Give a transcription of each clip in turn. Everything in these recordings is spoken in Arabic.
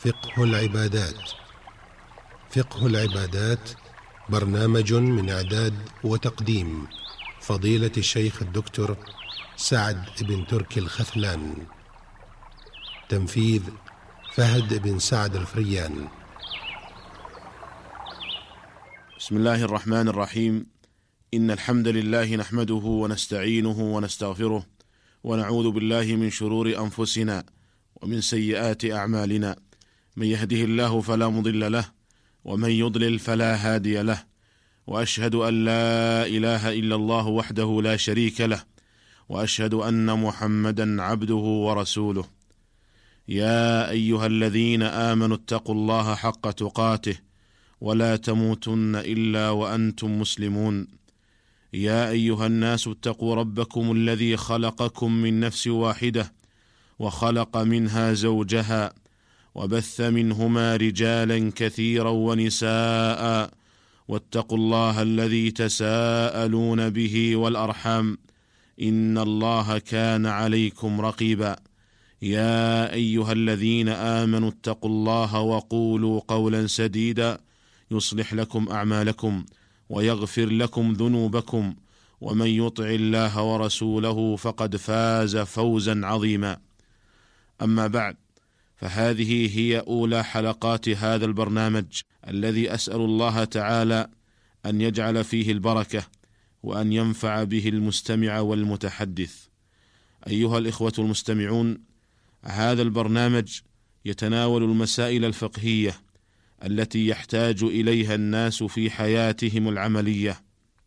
فقه العبادات. فقه العبادات برنامج من إعداد وتقديم فضيلة الشيخ الدكتور سعد بن تركي الخثلان. تنفيذ فهد بن سعد الفريان. بسم الله الرحمن الرحيم. إن الحمد لله نحمده ونستعينه ونستغفره ونعوذ بالله من شرور أنفسنا ومن سيئات أعمالنا، من يهده الله فلا مضل له ومن يضلل فلا هادي له، وأشهد أن لا إله إلا الله وحده لا شريك له، وأشهد أن محمدا عبده ورسوله. يا أيها الذين آمنوا اتقوا الله حق تقاته ولا تموتن إلا وأنتم مسلمون. يا أيها الناس اتقوا ربكم الذي خلقكم من نفس واحدة وخلق منها زوجها وبث منهما رجالا كثيرا ونساء، واتقوا الله الذي تساءلون به والأرحام إن الله كان عليكم رقيبا. يا أيها الذين آمنوا اتقوا الله وقولوا قولا سديدا يصلح لكم أعمالكم ويغفر لكم ذنوبكم، ومن يطع الله ورسوله فقد فاز فوزا عظيما. أما بعد، فهذه هي أولى حلقات هذا البرنامج الذي أسأل الله تعالى أن يجعل فيه البركة وأن ينفع به المستمع والمتحدث. أيها الإخوة المستمعون، هذا البرنامج يتناول المسائل الفقهية التي يحتاج إليها الناس في حياتهم العملية،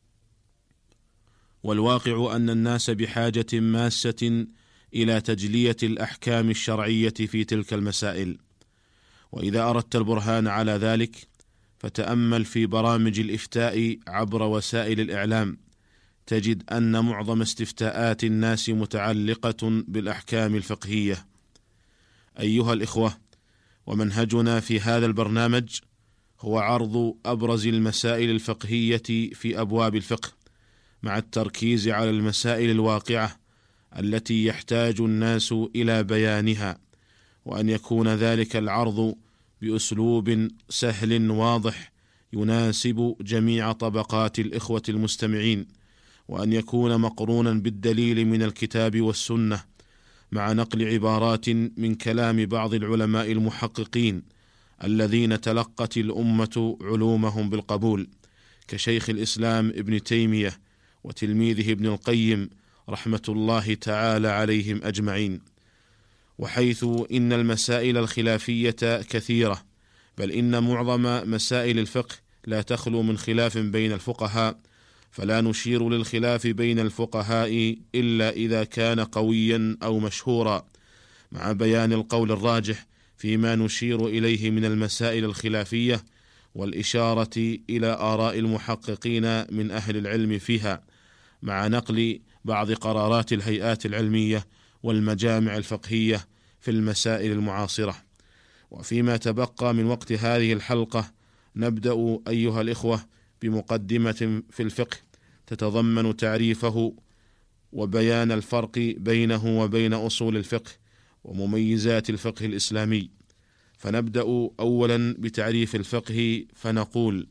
والواقع أن الناس بحاجة ماسة إلى تجلية الأحكام الشرعية في تلك المسائل. وإذا أردت البرهان على ذلك فتأمل في برامج الإفتاء عبر وسائل الإعلام، تجد أن معظم استفتاءات الناس متعلقة بالأحكام الفقهية. أيها الإخوة، ومنهجنا في هذا البرنامج هو عرض أبرز المسائل الفقهية في أبواب الفقه، مع التركيز على المسائل الواقعة التي يحتاج الناس إلى بيانها، وأن يكون ذلك العرض بأسلوب سهل واضح يناسب جميع طبقات الإخوة المستمعين، وأن يكون مقرونا بالدليل من الكتاب والسنة، مع نقل عبارات من كلام بعض العلماء المحققين الذين تلقت الأمة علومهم بالقبول، كشيخ الإسلام ابن تيمية وتلميذه ابن القيم رحمة الله تعالى عليهم أجمعين. وحيث إن المسائل الخلافية كثيرة، بل إن معظم مسائل الفقه لا تخلو من خلاف بين الفقهاء، فلا نشير للخلاف بين الفقهاء إلا إذا كان قويا أو مشهورا، مع بيان القول الراجح فيما نشير إليه من المسائل الخلافية، والإشارة إلى آراء المحققين من أهل العلم فيها، مع نقل بعض قرارات الهيئات العلمية والمجامع الفقهية في المسائل المعاصرة. وفيما تبقى من وقت هذه الحلقة نبدأ أيها الإخوة بمقدمة في الفقه تتضمن تعريفه وبيان الفرق بينه وبين أصول الفقه ومميزات الفقه الإسلامي. فنبدأ أولا بتعريف الفقه، فنقول: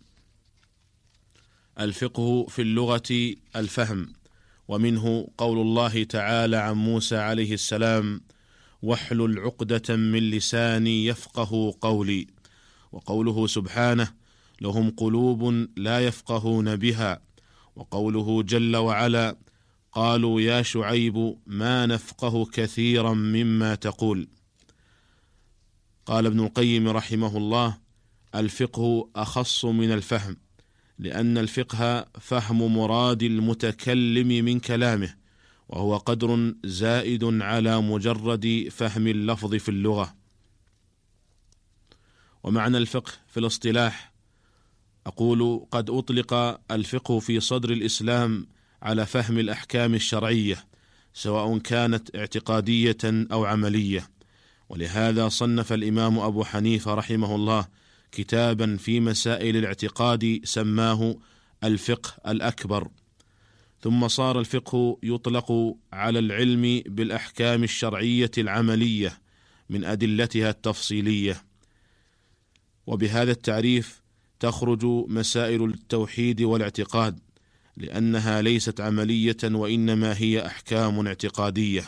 الفقه في اللغة الفهم، ومنه قول الله تعالى عن موسى عليه السلام: واحلل عقدة من لساني يفقه قولي. وقوله سبحانه: لهم قلوب لا يفقهون بها. وقوله جل وعلا: قالوا يا شعيب ما نفقه كثيرا مما تقول. قال ابن القيم رحمه الله: الفقه أخص من الفهم، لأن الفقه فهم مراد المتكلم من كلامه، وهو قدر زائد على مجرد فهم اللفظ في اللغة. ومعنى الفقه في الاصطلاح، أقول قد أطلق الفقه في صدر الإسلام على فهم الأحكام الشرعية، سواء كانت اعتقادية أو عملية. ولهذا صنف الإمام أبو حنيفة رحمه الله كتابا في مسائل الاعتقاد سماه الفقه الأكبر. ثم صار الفقه يطلق على العلم بالأحكام الشرعية العملية من أدلتها التفصيلية، وبهذا التعريف تخرج مسائل التوحيد والاعتقاد، لأنها ليست عملية وإنما هي أحكام اعتقادية.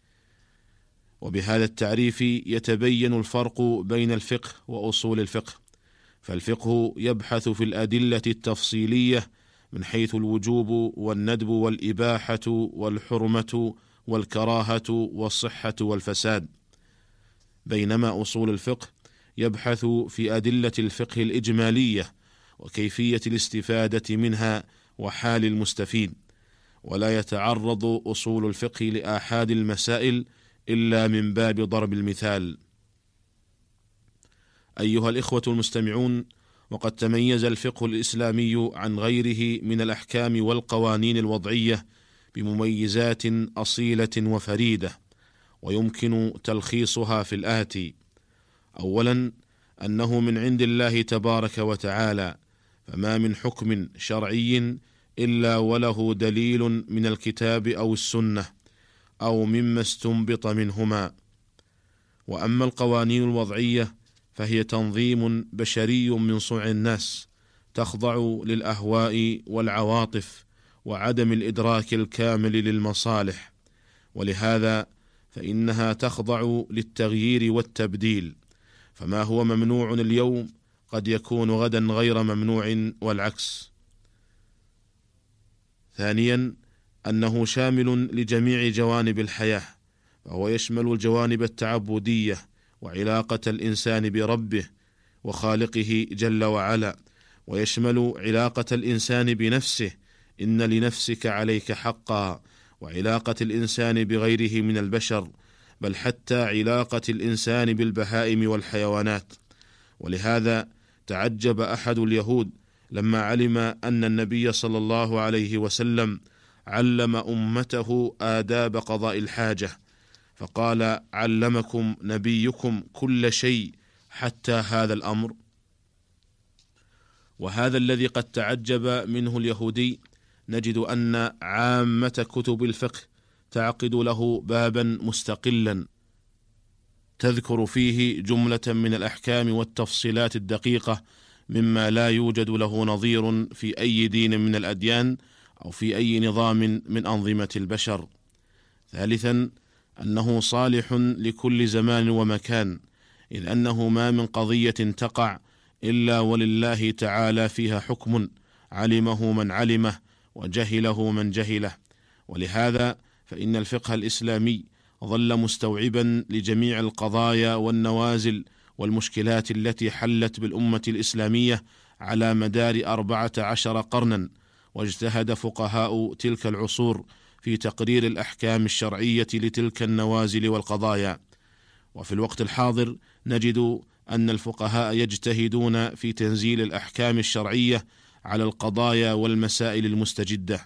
وبهذا التعريف يتبين الفرق بين الفقه وأصول الفقه، فالفقه يبحث في الأدلة التفصيلية من حيث الوجوب والندب والإباحة والحرمة والكراهة والصحة والفساد، بينما أصول الفقه يبحث في أدلة الفقه الإجمالية وكيفية الاستفادة منها وحال المستفيد، ولا يتعرض أصول الفقه لآحاد المسائل إلا من باب ضرب المثال. أيها الإخوة المستمعون، وقد تميز الفقه الإسلامي عن غيره من الأحكام والقوانين الوضعية بمميزات أصيلة وفريدة، ويمكن تلخيصها في الآتي: أولا، أنه من عند الله تبارك وتعالى، فما من حكم شرعي إلا وله دليل من الكتاب أو السنة أو مما استنبط منهما. وأما القوانين الوضعية فهي تنظيم بشري من صنع الناس، تخضع للأهواء والعواطف وعدم الإدراك الكامل للمصالح، ولهذا فإنها تخضع للتغيير والتبديل، فما هو ممنوع اليوم قد يكون غدا غير ممنوع والعكس. ثانيا، أنه شامل لجميع جوانب الحياة، فهو يشمل الجوانب التعبدية وعلاقة الإنسان بربه وخالقه جل وعلا، ويشمل علاقة الإنسان بنفسه، إن لنفسك عليك حقا، وعلاقة الإنسان بغيره من البشر، بل حتى علاقة الإنسان بالبهائم والحيوانات. ولهذا تعجب أحد اليهود لما علم أن النبي صلى الله عليه وسلم علم أمته آداب قضاء الحاجة، فقال: علمكم نبيكم كل شيء حتى هذا الأمر؟ وهذا الذي قد تعجب منه اليهودي نجد أن عامة كتب الفقه تعقد له بابا مستقلا تذكر فيه جملة من الأحكام والتفصيلات الدقيقة مما لا يوجد له نظير في أي دين من الأديان أو في أي نظام من أنظمة البشر. ثالثا، أنه صالح لكل زمان ومكان، إذ أنه ما من قضية تقع إلا ولله تعالى فيها حكم علمه من علمه وجهله من جهله. ولهذا فإن الفقه الإسلامي ظل مستوعبا لجميع القضايا والنوازل والمشكلات التي حلت بالأمة الإسلامية على مدار 14 قرنا، واجتهد فقهاء تلك العصور في تقرير الأحكام الشرعية لتلك النوازل والقضايا. وفي الوقت الحاضر نجد أن الفقهاء يجتهدون في تنزيل الأحكام الشرعية على القضايا والمسائل المستجدة.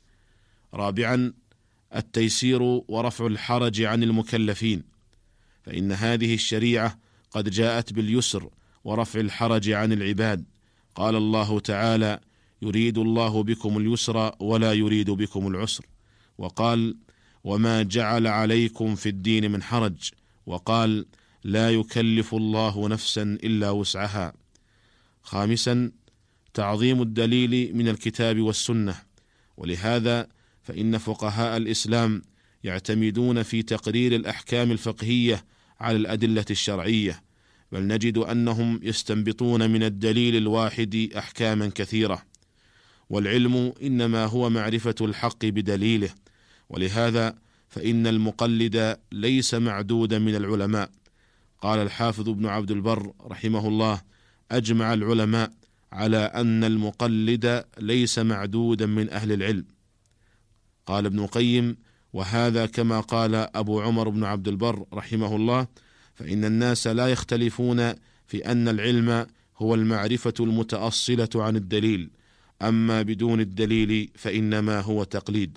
رابعا، التيسير ورفع الحرج عن المكلفين، فإن هذه الشريعة قد جاءت باليسر ورفع الحرج عن العباد. قال الله تعالى: يريد الله بكم اليسر ولا يريد بكم العسر. وقال: وما جعل عليكم في الدين من حرج. وقال: لا يكلف الله نفسا إلا وسعها. خامسا، تعظيم الدليل من الكتاب والسنة، ولهذا فإن فقهاء الإسلام يعتمدون في تقرير الأحكام الفقهية على الأدلة الشرعية، بل نجد أنهم يستنبطون من الدليل الواحد أحكاما كثيرة. والعلم إنما هو معرفة الحق بدليله، ولهذا فإن المقلد ليس معدودا من العلماء. قال الحافظ ابن عبد البر رحمه الله: أجمع العلماء على أن المقلد ليس معدودا من أهل العلم. قال ابن القيم: وهذا كما قال أبو عمر بن عبد البر رحمه الله، فإن الناس لا يختلفون في أن العلم هو المعرفة المتأصلة عن الدليل، أما بدون الدليل فإنما هو تقليد.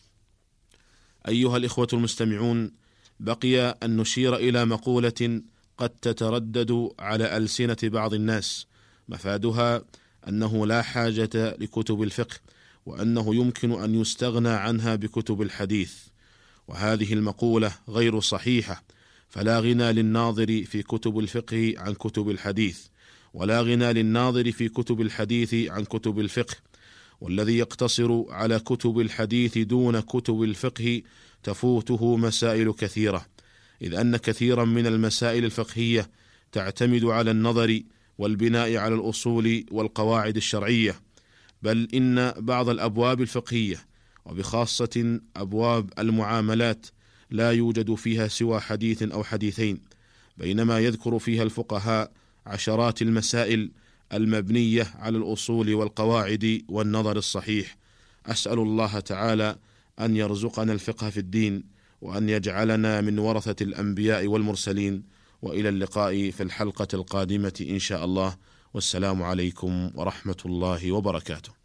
أيها الإخوة المستمعون، بقي أن نشير إلى مقولة قد تتردد على ألسنة بعض الناس، مفادها أنه لا حاجة لكتب الفقه، وأنه يمكن أن يستغنى عنها بكتب الحديث. وهذه المقولة غير صحيحة، فلا غنى للناظر في كتب الفقه عن كتب الحديث، ولا غنى للناظر في كتب الحديث عن كتب الفقه، والذي يقتصر على كتب الحديث دون كتب الفقه تفوته مسائل كثيرة، إذ أن كثيرا من المسائل الفقهية تعتمد على النظر والبناء على الأصول والقواعد الشرعية، بل إن بعض الأبواب الفقهية وبخاصة أبواب المعاملات لا يوجد فيها سوى حديث أو حديثين، بينما يذكر فيها الفقهاء عشرات المسائل المبنية على الأصول والقواعد والنظر الصحيح. أسأل الله تعالى أن يرزقنا الفقه في الدين، وأن يجعلنا من ورثة الأنبياء والمرسلين. وإلى اللقاء في الحلقة القادمة إن شاء الله، والسلام عليكم ورحمة الله وبركاته.